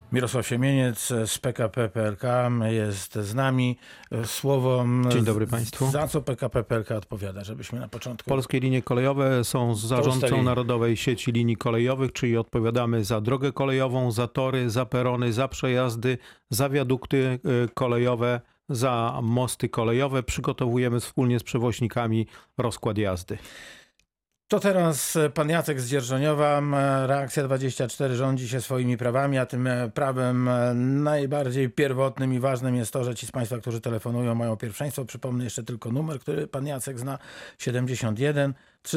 Mirosław Siemieniec z PKP PLK jest z nami. Słowo. Dzień dobry Państwu. Za co PKP PLK odpowiada, żebyśmy na początku... Polskie linie kolejowe są zarządcą Narodowej Sieci Linii Kolejowych, czyli odpowiadamy za drogę kolejową, za tory, za perony, za przejazdy, za wiadukty kolejowe, za mosty kolejowe. Przygotowujemy wspólnie z przewoźnikami rozkład jazdy. To teraz pan Jacek z Dzierżoniowa. Reakcja 24 rządzi się swoimi prawami, a tym prawem najbardziej pierwotnym i ważnym jest to, że ci z Państwa, którzy telefonują, mają pierwszeństwo. Przypomnę jeszcze tylko numer, który pan Jacek zna. 71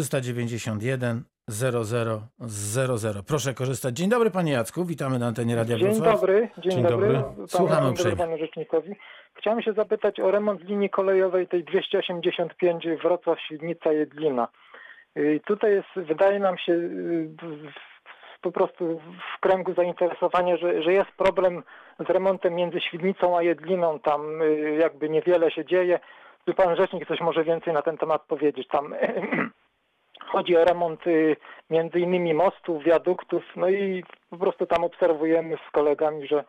391 0000. Proszę korzystać. Dzień dobry panie Jacku, witamy na antenie Radia Wrocław. Dzień dobry. Słuchamy uprzejmie. Panu rzecznikowi. Chciałem się zapytać o remont linii kolejowej tej 285 Wrocław-Świdnica-Jedlina. Tutaj jest, wydaje nam się, po prostu w kręgu zainteresowania, że jest problem z remontem między Świdnicą a Jedliną. Tam jakby niewiele się dzieje. Tu pan rzecznik coś może więcej na ten temat powiedzieć. Tam chodzi o remont między innymi mostów, wiaduktów. No i po prostu tam obserwujemy z kolegami, że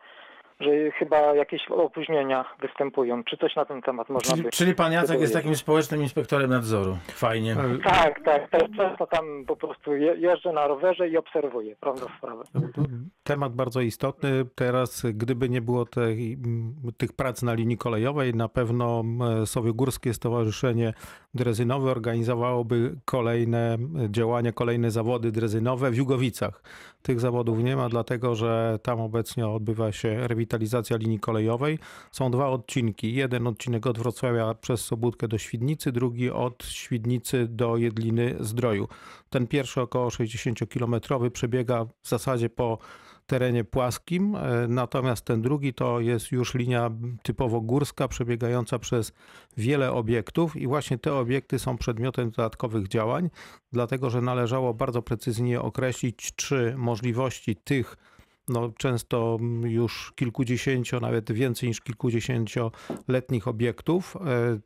chyba jakieś opóźnienia występują. Czy coś na ten temat można by... Czyli pan Jacek jest takim społecznym inspektorem nadzoru. Fajnie. Tak. Często tam po prostu jeżdżę na rowerze i obserwuję, prawda, sprawę. Temat bardzo istotny. Teraz, gdyby nie było tych prac na linii kolejowej, na pewno Sowiegórskie Stowarzyszenie Drezynowe organizowałoby kolejne działania, kolejne zawody drezynowe w Jugowicach. Tych zawodów nie ma, dlatego że tam obecnie odbywa się rewitalizacja linii kolejowej. Są dwa odcinki. Jeden odcinek od Wrocławia przez Sobótkę do Świdnicy, drugi od Świdnicy do Jedliny-Zdroju. Ten pierwszy około 60-kilometrowy przebiega w zasadzie po terenie płaskim, natomiast ten drugi to jest już linia typowo górska, przebiegająca przez wiele obiektów i właśnie te obiekty są przedmiotem dodatkowych działań, dlatego że należało bardzo precyzyjnie określić, czy możliwości tych często już kilkudziesięcio, nawet więcej niż kilkudziesięcioletnich obiektów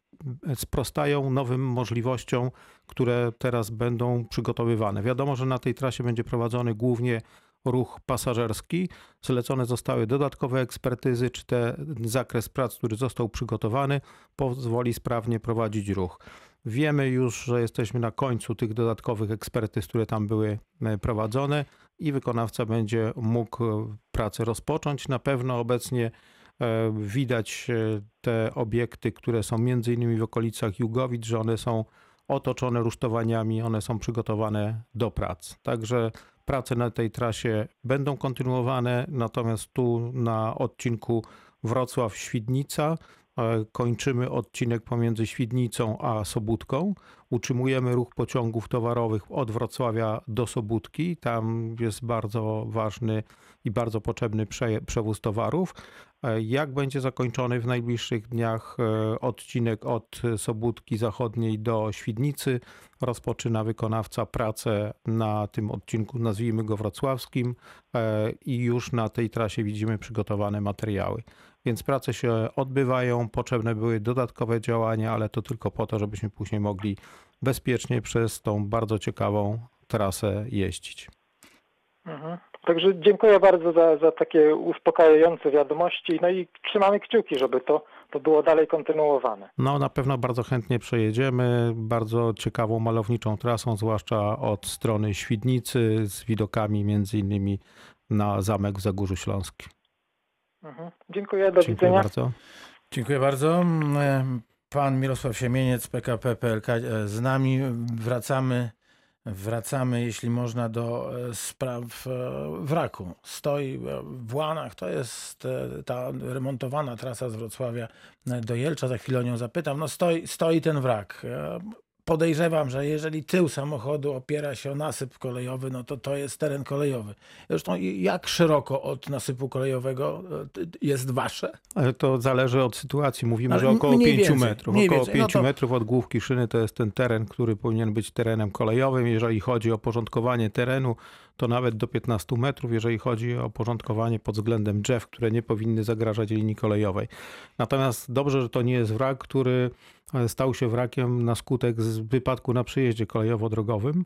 sprostają nowym możliwościom, które teraz będą przygotowywane. Wiadomo, że na tej trasie będzie prowadzony głównie ruch pasażerski. Zlecone zostały dodatkowe ekspertyzy, czy ten zakres prac, który został przygotowany, pozwoli sprawnie prowadzić ruch. Wiemy już, że jesteśmy na końcu tych dodatkowych ekspertyz, które tam były prowadzone i wykonawca będzie mógł pracę rozpocząć. Na pewno obecnie widać te obiekty, które są między innymi w okolicach Jugowic, że one są otoczone rusztowaniami, one są przygotowane do prac. Także prace na tej trasie będą kontynuowane, natomiast tu na odcinku Wrocław-Świdnica kończymy odcinek pomiędzy Świdnicą a Sobótką. Utrzymujemy ruch pociągów towarowych od Wrocławia do Sobótki. Tam jest bardzo ważny i bardzo potrzebny przewóz towarów. Jak będzie zakończony w najbliższych dniach odcinek od Sobótki Zachodniej do Świdnicy, rozpoczyna wykonawca pracę na tym odcinku, nazwijmy go wrocławskim, i już na tej trasie widzimy przygotowane materiały. Więc prace się odbywają, potrzebne były dodatkowe działania, ale to tylko po to, żebyśmy później mogli bezpiecznie przez tą bardzo ciekawą trasę jeździć. Także dziękuję bardzo za takie uspokajające wiadomości. No i trzymamy kciuki, żeby to było dalej kontynuowane. Na pewno bardzo chętnie przejedziemy. Bardzo ciekawą, malowniczą trasą, zwłaszcza od strony Świdnicy z widokami między innymi na zamek w Zagórzu Śląskim. Dziękuję, do widzenia. Bardzo. Dziękuję bardzo. Pan Mirosław Siemieniec, PKP PLK z nami. Wracamy, jeśli można, do spraw wraku. Stoi w Łanach, to jest ta remontowana trasa z Wrocławia do Jelcza, za chwilę o nią zapytam. Stoi ten wrak. Podejrzewam, że jeżeli tył samochodu opiera się o nasyp kolejowy, to jest teren kolejowy. Zresztą jak szeroko od nasypu kolejowego jest wasze? To zależy od sytuacji. Mówimy, że około 5 metrów. Około 5 metrów od główki szyny to jest ten teren, który powinien być terenem kolejowym. Jeżeli chodzi o porządkowanie terenu, to nawet do 15 metrów, jeżeli chodzi o porządkowanie pod względem drzew, które nie powinny zagrażać linii kolejowej. Natomiast dobrze, że to nie jest wrak, który stał się wrakiem na skutek wypadku na przejeździe kolejowo-drogowym.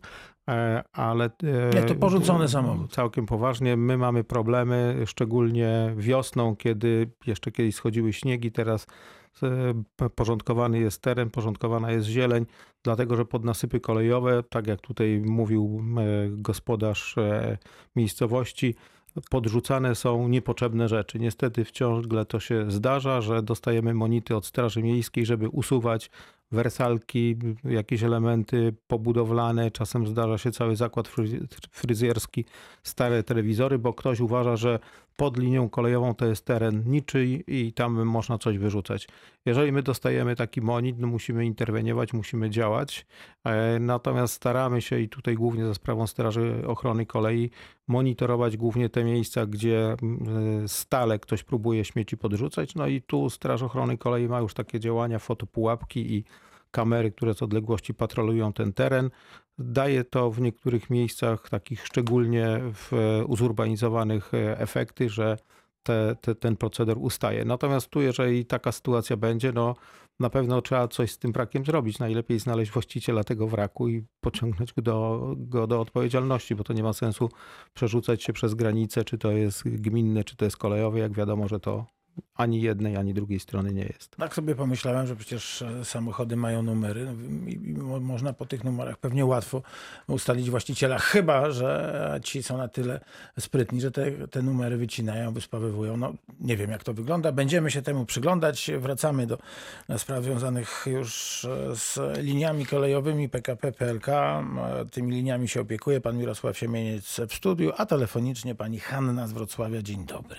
ale Nie, to porzucony samochód. Całkiem poważnie. My mamy problemy, szczególnie wiosną, kiedy jeszcze kiedyś schodziły śniegi, teraz porządkowany jest teren, porządkowana jest zieleń, dlatego że podnasypy kolejowe, tak jak tutaj mówił gospodarz miejscowości, podrzucane są niepotrzebne rzeczy. Niestety ciągle to się zdarza, że dostajemy monity od Straży Miejskiej, żeby usuwać wersalki, jakieś elementy pobudowlane. Czasem zdarza się cały zakład fryzjerski, stare telewizory, bo ktoś uważa, że pod linią kolejową to jest teren niczyj i tam można coś wyrzucać. Jeżeli my dostajemy taki monit, no musimy interweniować, musimy działać. Natomiast staramy się i tutaj głównie za sprawą Straży Ochrony Kolei monitorować głównie te miejsca, gdzie stale ktoś próbuje śmieci podrzucać. No i tu Straż Ochrony Kolei ma już takie działania, fotopułapki i kamery, które z odległości patrolują ten teren. Daje to w niektórych miejscach, takich szczególnie zurbanizowanych, efekty, że ten proceder ustaje. Natomiast tu, jeżeli taka sytuacja będzie, no na pewno trzeba coś z tym wrakiem zrobić. Najlepiej znaleźć właściciela tego wraku i pociągnąć go do odpowiedzialności, bo to nie ma sensu przerzucać się przez granicę, czy to jest gminne, czy to jest kolejowe, jak wiadomo, że to ani jednej, ani drugiej strony nie jest. Tak sobie pomyślałem, że przecież samochody mają numery i można po tych numerach pewnie łatwo ustalić właściciela, chyba że ci są na tyle sprytni, że te numery wycinają, wyspawywują. No, nie wiem, jak to wygląda. Będziemy się temu przyglądać. Wracamy do spraw związanych już z liniami kolejowymi PKP PLK. Tymi liniami się opiekuje pan Mirosław Siemieniec w studiu, a telefonicznie pani Hanna z Wrocławia. Dzień dobry.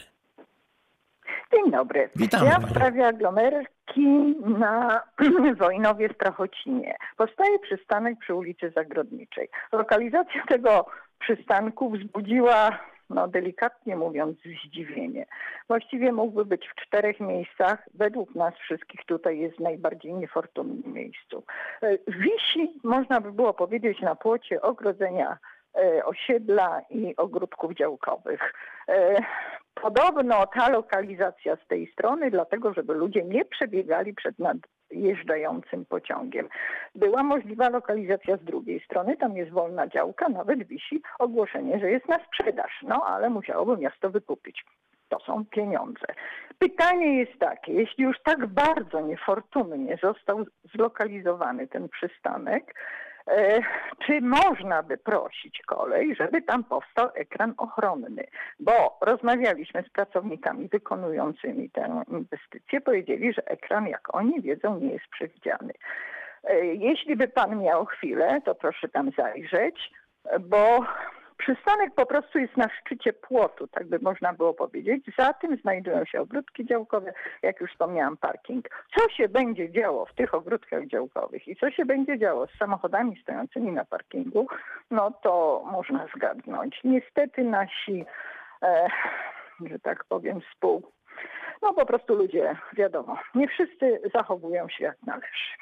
Dzień dobry. Witamy. Ja w sprawie aglomerki na Wojnowie w Strachocinie. Powstaje przystanek przy ulicy Zagrodniczej. Lokalizacja tego przystanku wzbudziła, no delikatnie mówiąc, zdziwienie. Właściwie mógłby być w 4 miejscach. Według nas wszystkich tutaj jest w najbardziej niefortunnym miejscu. Wisi, można by było powiedzieć, na płocie ogrodzenia osiedla i ogródków działkowych. Podobno ta lokalizacja z tej strony, dlatego żeby ludzie nie przebiegali przed nadjeżdżającym pociągiem. Była możliwa lokalizacja z drugiej strony, tam jest wolna działka, nawet wisi ogłoszenie, że jest na sprzedaż, no ale musiałoby miasto wykupić. To są pieniądze. Pytanie jest takie, jeśli już tak bardzo niefortunnie został zlokalizowany ten przystanek, czy można by prosić kolej, żeby tam powstał ekran ochronny? Bo rozmawialiśmy z pracownikami wykonującymi tę inwestycję, powiedzieli, że ekran, jak oni wiedzą, nie jest przewidziany. Jeśli by pan miał chwilę, to proszę tam zajrzeć, bo przystanek po prostu jest na szczycie płotu, tak by można było powiedzieć. Za tym znajdują się ogródki działkowe, jak już wspomniałam, parking. Co się będzie działo w tych ogródkach działkowych i co się będzie działo z samochodami stojącymi na parkingu, no to można zgadnąć. Niestety nasi, że tak powiem, no po prostu ludzie, wiadomo, nie wszyscy zachowują się jak należy.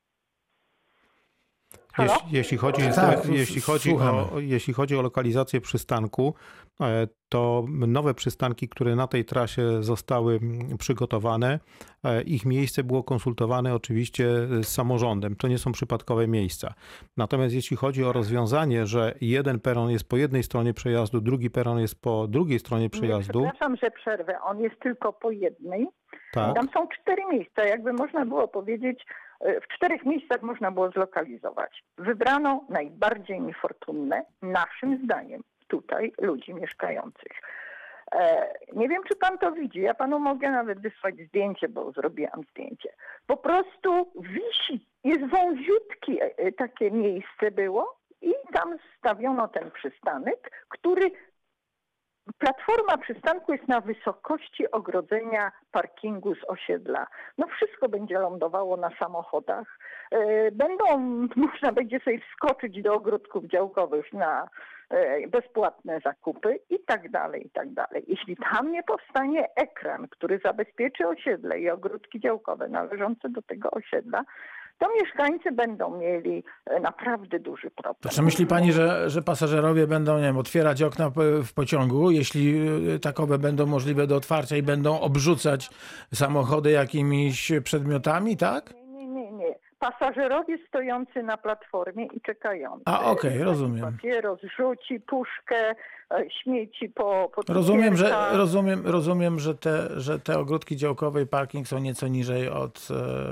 Jeśli chodzi o lokalizację przystanku, to nowe przystanki, które na tej trasie zostały przygotowane, ich miejsce było konsultowane oczywiście z samorządem. To nie są przypadkowe miejsca. Natomiast jeśli chodzi o rozwiązanie, że jeden peron jest po jednej stronie przejazdu, drugi peron jest po drugiej stronie przejazdu. Przepraszam, że przerwę. On jest tylko po jednej. Tak. Tam są 4 miejsca. Jakby można było powiedzieć, w 4 miejscach można było zlokalizować. Wybrano najbardziej niefortunne, naszym zdaniem, tutaj ludzi mieszkających. Nie wiem, czy pan to widzi. Ja panu mogę nawet wysłać zdjęcie, bo zrobiłam zdjęcie. Po prostu wisi, jest wąziutkie takie miejsce było i tam stawiono ten przystanek, który... Platforma przystanku jest na wysokości ogrodzenia parkingu z osiedla. No wszystko będzie lądowało na samochodach. Można będzie sobie wskoczyć do ogródków działkowych na bezpłatne zakupy i tak dalej, i tak dalej. Jeśli tam nie powstanie ekran, który zabezpieczy osiedle i ogródki działkowe należące do tego osiedla, to mieszkańcy będą mieli naprawdę duży problem. To czy myśli pani, że pasażerowie będą, nie wiem, otwierać okna w pociągu, jeśli takowe będą możliwe do otwarcia i będą obrzucać samochody jakimiś przedmiotami, tak? Nie. pasażerowie stojący na platformie i czekający. Okej, rozumiem. Papieros rzuci, puszkę, śmieci po Rozumiem, cukierkach. rozumiem, że te ogródki działkowe i parking są nieco niżej od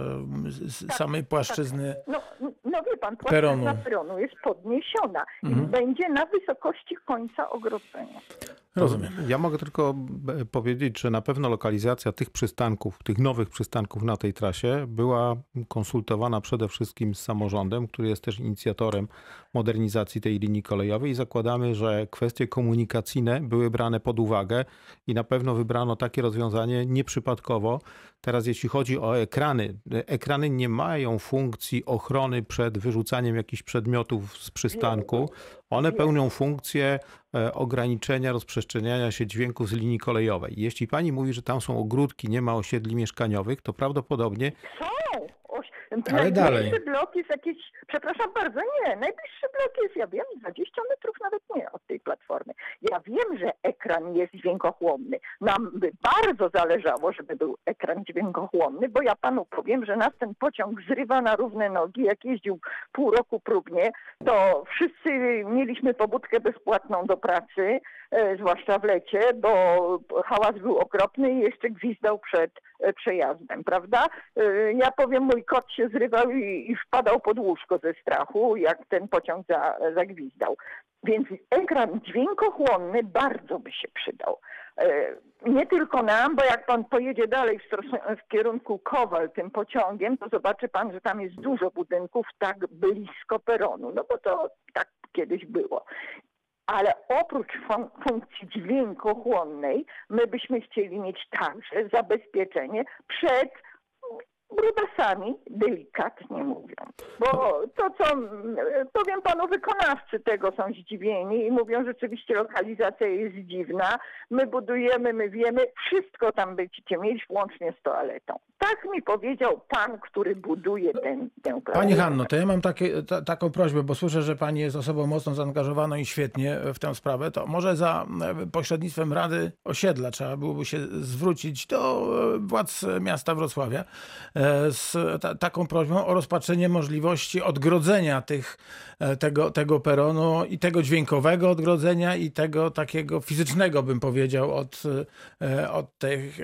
samej płaszczyzny No wie pan, peronu. płaszczyzna peronu jest podniesiona i będzie na wysokości końca ogrodzenia. Rozumiem. Ja mogę tylko powiedzieć, że na pewno lokalizacja tych przystanków, tych nowych przystanków na tej trasie była konsultowana przede wszystkim z samorządem, który jest też inicjatorem modernizacji tej linii kolejowej i zakładamy, że kwestie komunikacyjne były brane pod uwagę i na pewno wybrano takie rozwiązanie nieprzypadkowo. Teraz jeśli chodzi o ekrany nie mają funkcji ochrony przed wyrzucaniem jakichś przedmiotów z przystanku. One pełnią funkcję ograniczenia rozprzestrzeniania się dźwięków z linii kolejowej. Jeśli pani mówi, że tam są ogródki, nie ma osiedli mieszkaniowych, to prawdopodobnie... Ale dalej. Najbliższy blok jest jakieś, przepraszam bardzo, najbliższy blok jest, ja wiem, 20 metrów nawet nie od tej platformy. Ja wiem, że ekran jest dźwiękochłonny. Nam by bardzo zależało, żeby był ekran dźwiękochłonny, bo ja panu powiem, że nas ten pociąg zrywa na równe nogi. Jak jeździł pół roku próbnie, to wszyscy mieliśmy pobudkę bezpłatną do pracy, zwłaszcza w lecie, bo hałas był okropny i jeszcze gwizdał przed przejazdem, prawda? Ja powiem, mój kot się zrywał i wpadał pod łóżko ze strachu, jak ten pociąg zagwizdał. Więc ekran dźwiękochłonny bardzo by się przydał. Nie tylko nam, bo jak pan pojedzie dalej w kierunku Kowal tym pociągiem, to zobaczy pan, że tam jest dużo budynków tak blisko peronu, no bo to tak kiedyś było. Ale oprócz funkcji dźwiękochłonnej, my byśmy chcieli mieć także zabezpieczenie przed brudasami, delikatnie mówiąc. Bo to, co powiem panu, wykonawcy tego są zdziwieni i mówią, rzeczywiście lokalizacja jest dziwna. My budujemy, my wiemy, wszystko tam będziecie mieć, włącznie z toaletą. Tak mi powiedział pan, który buduje tę projekt. Pani Hanno, to ja mam taką prośbę, bo słyszę, że pani jest osobą mocno zaangażowaną i świetnie w tę sprawę. To może za pośrednictwem Rady Osiedla trzeba byłoby się zwrócić do władz miasta Wrocławia z taką prośbą o rozpatrzenie możliwości odgrodzenia tego peronu i tego dźwiękowego odgrodzenia i tego takiego fizycznego, bym powiedział, od tych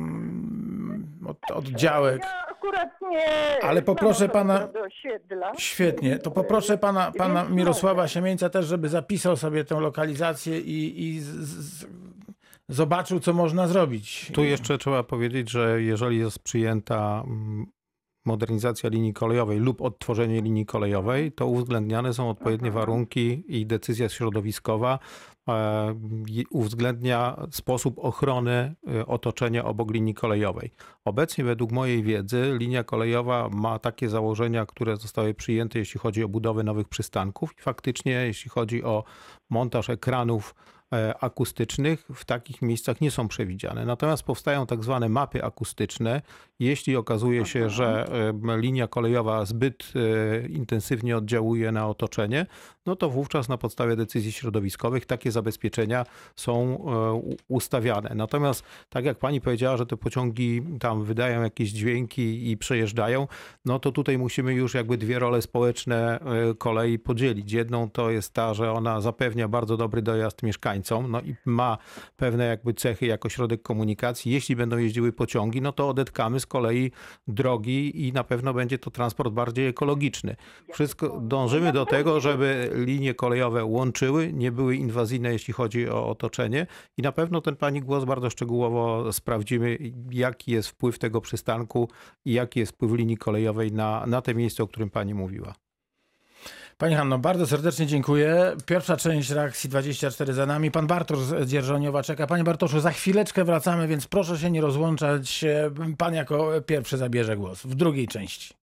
od działek. Ja akurat nie... Ale poproszę pana... Do osiedla. Świetnie. To poproszę pana Mirosława Siemieńca też, żeby zapisał sobie tę lokalizację i zobaczył, co można zrobić. Tu jeszcze trzeba powiedzieć, że jeżeli jest przyjęta modernizacja linii kolejowej lub odtworzenie linii kolejowej, to uwzględniane są odpowiednie warunki i decyzja środowiskowa uwzględnia sposób ochrony otoczenia obok linii kolejowej. Obecnie według mojej wiedzy linia kolejowa ma takie założenia, które zostały przyjęte, jeśli chodzi o budowę nowych przystanków i faktycznie jeśli chodzi o montaż ekranów akustycznych w takich miejscach nie są przewidziane. Natomiast powstają tak zwane mapy akustyczne. Jeśli okazuje się, że linia kolejowa zbyt intensywnie oddziałuje na otoczenie, no to wówczas na podstawie decyzji środowiskowych takie zabezpieczenia są ustawiane. Natomiast tak jak pani powiedziała, że te pociągi tam wydają jakieś dźwięki i przejeżdżają, no to tutaj musimy już jakby dwie role społeczne kolei podzielić. Jedną to jest ta, że ona zapewnia bardzo dobry dojazd mieszkańcom, no i ma pewne jakby cechy jako środek komunikacji. Jeśli będą jeździły pociągi, no to odetkamy z kolei drogi i na pewno będzie to transport bardziej ekologiczny. Wszystko dążymy do tego, żeby linie kolejowe łączyły, nie były inwazyjne, jeśli chodzi o otoczenie i na pewno ten pani głos bardzo szczegółowo sprawdzimy, jaki jest wpływ tego przystanku i jaki jest wpływ linii kolejowej na te miejsce, o którym pani mówiła. Pani Hanno, bardzo serdecznie dziękuję. Pierwsza część Reakcji 24 za nami. Pan Bartosz z Dzierżoniowa czeka. Panie Bartoszu, za chwileczkę wracamy, więc proszę się nie rozłączać. Pan jako pierwszy zabierze głos w drugiej części.